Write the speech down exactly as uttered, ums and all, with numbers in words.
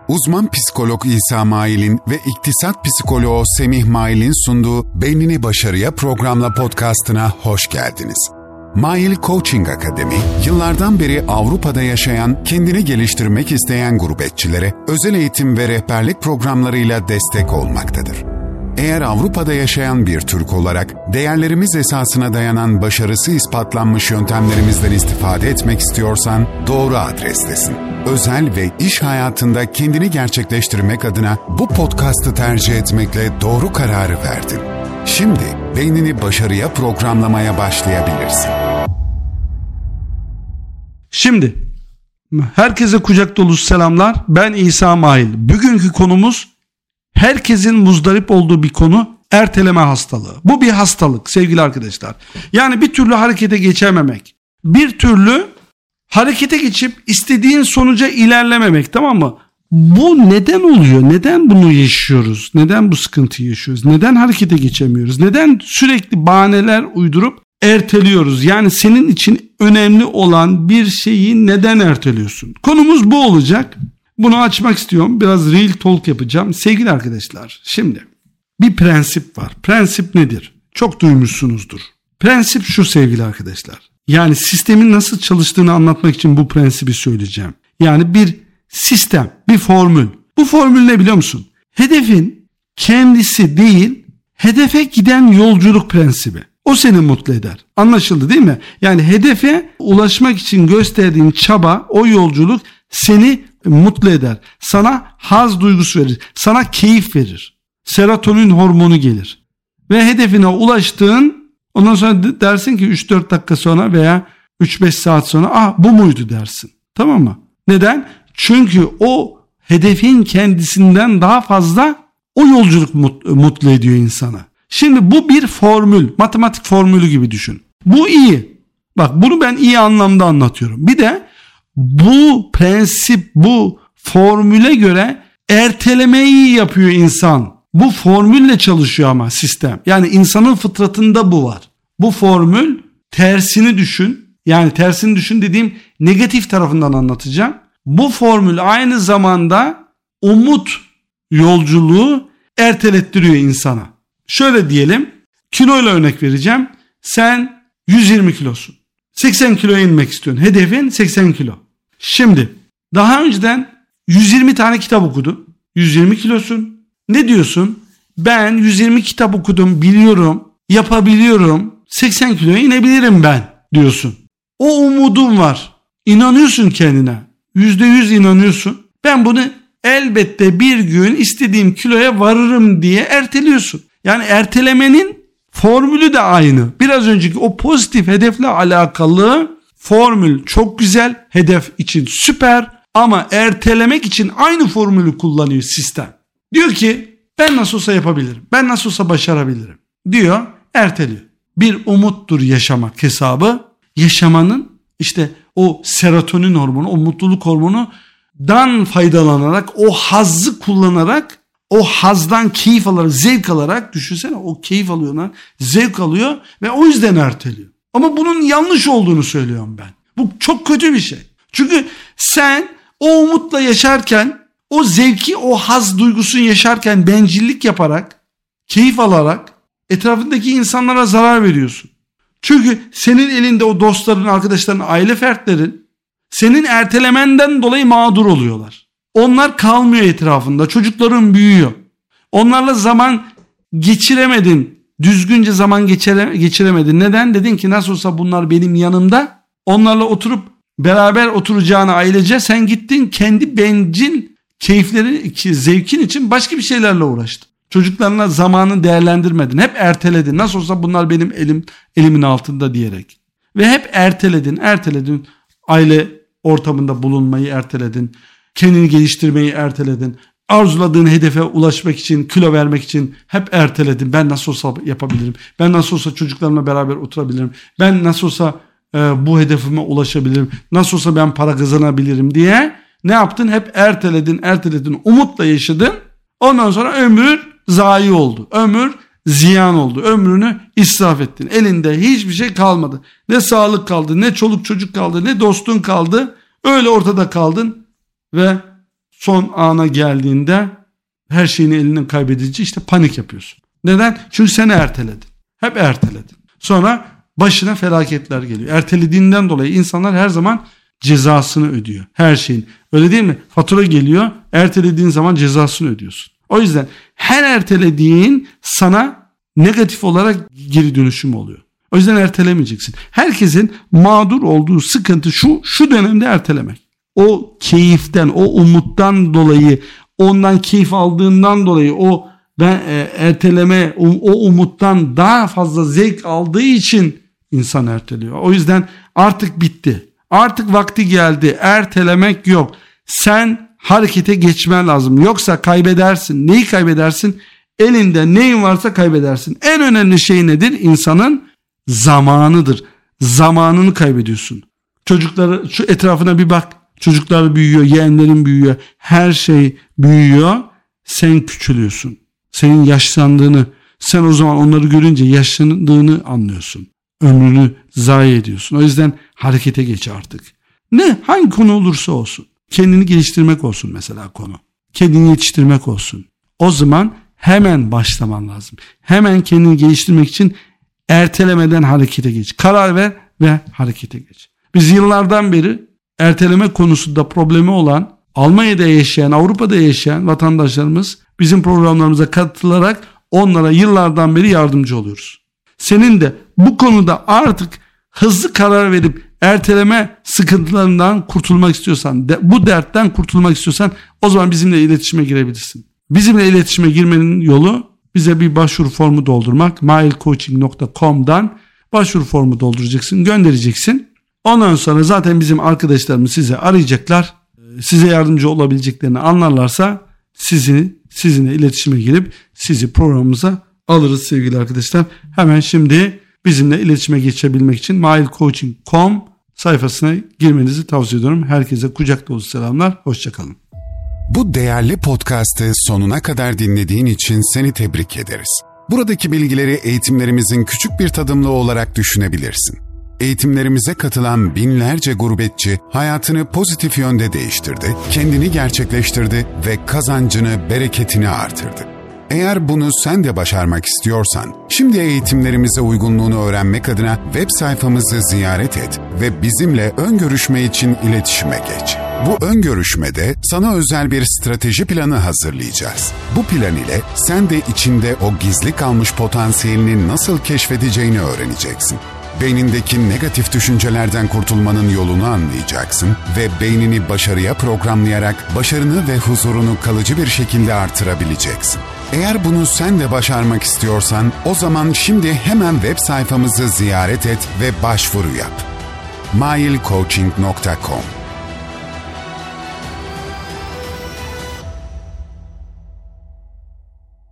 Uzman psikolog İsa Mail'in ve iktisat psikoloğu Semih Mail'in sunduğu Beynini Başarıya programla podcastına hoş geldiniz. Mail Coaching Akademi, yıllardan beri Avrupa'da yaşayan, kendini geliştirmek isteyen gurbetçilere özel eğitim ve rehberlik programlarıyla destek olmaktadır. Eğer Avrupa'da yaşayan bir Türk olarak değerlerimiz esasına dayanan başarısı ispatlanmış yöntemlerimizden istifade etmek istiyorsan doğru adrestesin. Özel ve iş hayatında kendini gerçekleştirmek adına bu podcast'ı tercih etmekle doğru kararı verdin. Şimdi beynini başarıya programlamaya başlayabilirsin. Şimdi herkese kucak dolusu selamlar. Ben İsa Mail. Bugünkü konumuz herkesin muzdarip olduğu bir konu, erteleme hastalığı. Bu bir hastalık sevgili arkadaşlar. Yani bir türlü harekete geçememek. Bir türlü harekete geçip istediğin sonuca ilerlememek, tamam mı? Bu neden oluyor? Neden bunu yaşıyoruz? Neden bu sıkıntıyı yaşıyoruz? Neden harekete geçemiyoruz? Neden sürekli bahaneler uydurup erteliyoruz? Yani senin için önemli olan bir şeyi neden erteliyorsun? Konumuz bu olacak. Bunu açmak istiyorum. Biraz real talk yapacağım. Sevgili arkadaşlar, şimdi bir prensip var. Prensip nedir? Çok duymuşsunuzdur. Prensip şu sevgili arkadaşlar. Yani sistemin nasıl çalıştığını anlatmak için bu prensibi söyleyeceğim. Yani bir sistem, bir formül. Bu formül ne biliyor musun? Hedefin kendisi değil, hedefe giden yolculuk prensibi. O seni mutlu eder. Anlaşıldı değil mi? Yani hedefe ulaşmak için gösterdiğin çaba, o yolculuk seni mutlu eder. Sana haz duygusu verir. Sana keyif verir. Serotonin hormonu gelir. Ve hedefine ulaştığın, ondan sonra dersin ki üç dört dakika sonra veya üç beş saat sonra ah bu muydu dersin. Tamam mı? Neden? Çünkü o hedefin kendisinden daha fazla o yolculuk mutlu ediyor insana. Şimdi bu bir formül, matematik formülü gibi düşün. Bu iyi. Bak bunu ben iyi anlamda anlatıyorum. Bir de bu prensip, bu formüle göre ertelemeyi yapıyor insan. Bu formülle çalışıyor ama sistem. Yani insanın fıtratında bu var. Bu formül tersini düşün. Yani tersini düşün dediğim negatif tarafından anlatacağım. Bu formül aynı zamanda umut yolculuğu ertelettiriyor insana. Şöyle diyelim, kiloyla örnek vereceğim. Sen yüz yirmi kilosun. seksen kiloya inmek istiyorsun. Hedefin seksen kilo. Şimdi daha önceden yüz yirmi tane kitap okudun. yüz yirmi kilosun. Ne diyorsun? Ben yüz yirmi kitap okudum, biliyorum, yapabiliyorum. seksen kiloya inebilirim ben diyorsun. O umudun var. İnanıyorsun kendine. yüzde yüz inanıyorsun. Ben bunu elbette bir gün istediğim kiloya varırım diye erteliyorsun. Yani ertelemenin formülü de aynı. Biraz önceki o pozitif hedefle alakalı formül çok güzel. Hedef için süper ama ertelemek için aynı formülü kullanıyor sistem. Diyor ki ben nasıl olsa yapabilirim. Ben nasıl olsa başarabilirim diyor, erteliyor. Bir umuttur yaşamak hesabı. Yaşamanın işte o serotonin hormonu, o mutluluk hormonundan faydalanarak, o hazzı kullanarak, o hazdan keyif alarak, zevk alarak, düşünsene o keyif alıyor, zevk alıyor ve o yüzden erteliyor. Ama bunun yanlış olduğunu söylüyorum ben. Bu çok kötü bir şey. Çünkü sen o umutla yaşarken, o zevki, o haz duygusunu yaşarken bencillik yaparak, keyif alarak etrafındaki insanlara zarar veriyorsun. Çünkü senin elinde o dostların, arkadaşların, aile fertlerin senin ertelemenden dolayı mağdur oluyorlar. Onlar kalmıyor etrafında. Çocukların büyüyor. Onlarla zaman geçiremedin. Düzgünce zaman geçire, geçiremedin. Neden? Dedin ki nasıl olsa bunlar benim yanımda. Onlarla oturup beraber oturacağına ailece sen gittin kendi bencil keyifleri, zevkin için başka bir şeylerle uğraştın. Çocuklarına zamanı değerlendirmedin. Hep erteledin. Nasıl olsa bunlar benim elim elimin altında diyerek. Ve hep erteledin, erteledin. Aile ortamında bulunmayı erteledin. Kendini geliştirmeyi erteledin. Arzuladığın hedefe ulaşmak için, kilo vermek için hep erteledin. Ben nasıl olsa yapabilirim. Ben nasıl olsa çocuklarımla beraber oturabilirim. Ben nasıl olsa e, bu hedefime ulaşabilirim. Nasıl olsa ben para kazanabilirim diye ne yaptın? Hep erteledin, erteledin. Umutla yaşadın. Ondan sonra ömür zayi oldu. Ömür ziyan oldu. Ömrünü israf ettin. Elinde hiçbir şey kalmadı. Ne sağlık kaldı, ne çoluk çocuk kaldı, ne dostun kaldı. Öyle ortada kaldın ve son ana geldiğinde her şeyini elinden kaybedince işte panik yapıyorsun. Neden? Çünkü seni erteledin. Hep erteledin. Sonra başına felaketler geliyor. Ertelediğinden dolayı insanlar her zaman cezasını ödüyor. Her şeyin. Öyle değil mi? Fatura geliyor. Ertelediğin zaman cezasını ödüyorsun. O yüzden her ertelediğin sana negatif olarak geri dönüşüm oluyor. O yüzden ertelemeyeceksin. Herkesin mağdur olduğu sıkıntı şu, şu dönemde ertelemek. O keyiften, o umuttan dolayı, ondan keyif aldığından dolayı, o ben e, erteleme, o, o umuttan daha fazla zevk aldığı için insan erteliyor. O yüzden artık bitti. Artık vakti geldi. Ertelemek yok. Sen harekete geçmen lazım. Yoksa kaybedersin. Neyi kaybedersin? Elinde neyin varsa kaybedersin. En önemli şey nedir? İnsanın zamanıdır. Zamanını kaybediyorsun. Çocukları, şu etrafına bir bak. Çocuklar büyüyor, yeğenlerin büyüyor. Her şey büyüyor. Sen küçülüyorsun. Senin yaşlandığını, sen o zaman onları görünce yaşlandığını anlıyorsun. Ömrünü zayi ediyorsun. O yüzden harekete geç artık. Ne? Hangi konu olursa olsun. Kendini geliştirmek olsun mesela konu. Kendini yetiştirmek olsun. O zaman hemen başlaman lazım. Hemen kendini geliştirmek için ertelemeden harekete geç. Karar ver ve harekete geç. Biz yıllardan beri erteleme konusunda problemi olan, Almanya'da yaşayan, Avrupa'da yaşayan vatandaşlarımız bizim programlarımıza katılarak onlara yıllardan beri yardımcı oluyoruz. Senin de bu konuda artık hızlı karar verip erteleme sıkıntılarından kurtulmak istiyorsan, de, bu dertten kurtulmak istiyorsan o zaman bizimle iletişime girebilirsin. Bizimle iletişime girmenin yolu bize bir başvuru formu doldurmak. mail coaching nokta com'dan başvuru formu dolduracaksın, göndereceksin. Ondan sonra zaten bizim arkadaşlarımız sizi arayacaklar. Size yardımcı olabileceklerini anlarlarsa sizi sizinle iletişime girip sizi programımıza alırız sevgili arkadaşlar. Hemen şimdi bizimle iletişime geçebilmek için mail coaching nokta com sayfasına girmenizi tavsiye ediyorum. Herkese kucak dolusu selamlar. Hoşçakalın. Bu değerli podcast'ı sonuna kadar dinlediğin için seni tebrik ederiz. Buradaki bilgileri eğitimlerimizin küçük bir tadımlığı olarak düşünebilirsin. Eğitimlerimize katılan binlerce gurbetçi hayatını pozitif yönde değiştirdi, kendini gerçekleştirdi ve kazancını, bereketini artırdı. Eğer bunu sen de başarmak istiyorsan, şimdi eğitimlerimize uygunluğunu öğrenmek adına web sayfamızı ziyaret et ve bizimle ön görüşme için iletişime geç. Bu ön görüşmede sana özel bir strateji planı hazırlayacağız. Bu plan ile sen de içinde o gizli kalmış potansiyelini nasıl keşfedeceğini öğreneceksin. Beynindeki negatif düşüncelerden kurtulmanın yolunu anlayacaksın ve beynini başarıya programlayarak başarını ve huzurunu kalıcı bir şekilde artırabileceksin. Eğer bunu sen de başarmak istiyorsan o zaman şimdi hemen web sayfamızı ziyaret et ve başvuru yap. mail coaching nokta com